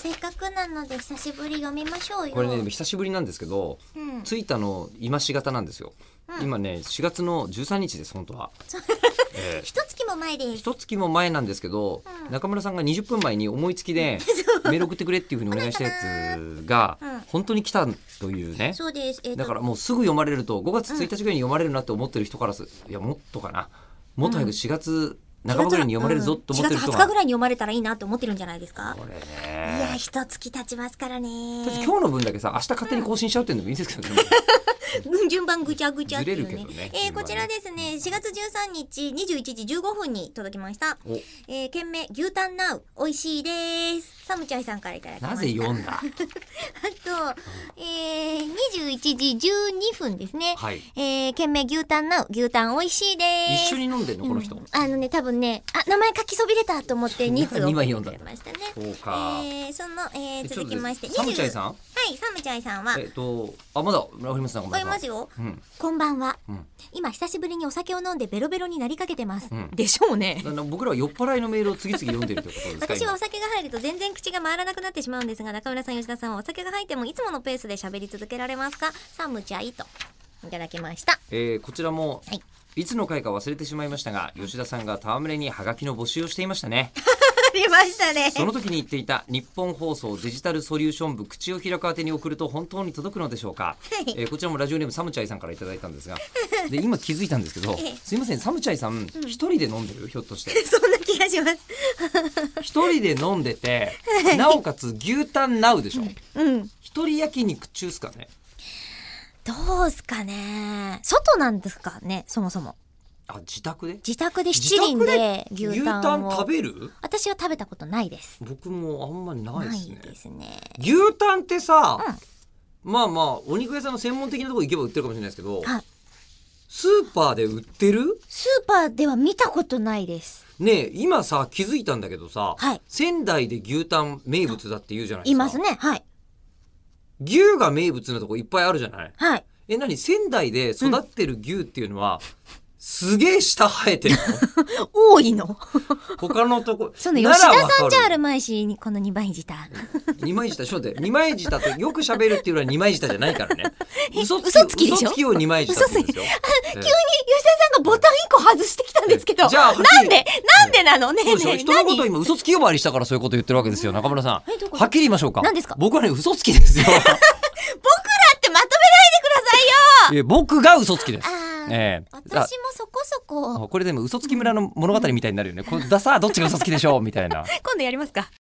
せっかくなので久しぶり読みましょうよ。 これね久しぶりなんですけど、着いたの今しがたなんですよ、今ね4月の13日です本当は。 一月も前です。 一月も前なんですけど、中村さんが20分前に思いつきでメール送ってくれっていうふうにお願いしたやつが本当に来たというね。 そうです、 だからもうすぐ読まれると5月1日ぐらいに読まれるなって思ってる人からいやもっとかな、もっと早く4月半ばぐらいに読まれるぞと思ってる人 4月20 が、 日ぐらいに読まれたらいいなと思ってるんじゃないですか。 これいねや一月経ちますからね。 今日の分だけさ明日勝手に更新しちゃうっていうのもいいんですけどね、 順番ぐちゃぐちゃっていうずれるけどねこちらですね、4月13日21時15分に届きました。件名牛タンナウ美味しいです。サムチャイさんからいただきました。 なぜ読んだあと、21時12分ですね、 はい、 件名牛タンナウ牛タン美味しいです。 一緒に飲んでんのこの人、 多分ね名前書きそびれたと思って2通 2枚送って読んだくれましたね。 そうか、 続きましてサムチャイさん、 はいサムチャイさんはまだありますね。 ありますよ、こんばんは、今久しぶりにお酒を飲んでベロベロになりかけてます、でしょうね。 僕らは酔っ払いのメールを次々読んでるということですか。 私はお酒が入ると全然口が回らなくなってしまうんですが、中村さん吉田さんはお酒が入ってもいつものペースで喋り続けられますか。サムチャイといただきました。 こちらも、いつの回か忘れてしまいましたが吉田さんが戯れにハガキの募集をしていましたね。 ありましたね。 その時に言っていた日本放送デジタルソリューション部口を開く宛てに送ると本当に届くのでしょうか。こちらもラジオネームサムチャイさんからいただいたんですが、で今気づいたんですけど、すいませんサムチャイさん一人で飲んでるひょっとして。 そんな気がします。 一人で飲んでてなおかつ牛タンナウでしょ。一人焼肉中っすかね。 どうすかね。外なんですかねそもそも。 自宅で七輪で牛タンを食べる。 私は食べたことないです。 僕もあんまりないですね。 ないですね。 牛タンってさ、まあお肉屋さんの専門的なところ行けば売ってるかもしれないですけど、スーパーで売ってる？ スーパーでは見たことないですねえ。今さ気づいたんだけどさ、仙台で牛タン名物だって言うじゃないですか。 いますね。はい。 牛が名物なとこいっぱいあるじゃない。 はい。 何仙台で育ってる牛っていうのは、すげえ下生えてるの多いの他のとこ。 その吉田さんじゃあるまいしこの二枚舌二枚舌ちょっと待って、二枚舌ってよく喋るっていうのは二枚舌じゃないからね。嘘つきでしょ。 嘘つきを二枚舌って言うんですよ。 急に吉田さんがボタン1個外してきたんですけど、 じゃあなんでなのねえねえ。 人のこと今嘘つき呼ばわりしたからそういうこと言ってるわけですよ。中村さんはっきり言いましょうか。 何ですか。 僕はね嘘つきですよ。僕らってまとめないでくださいよ。 僕が嘘つきです。 私もそこそこ。 これでも嘘つき村の物語みたいになるよね。これださあどっちが嘘つきでしょうみたいな。 今度やりますか。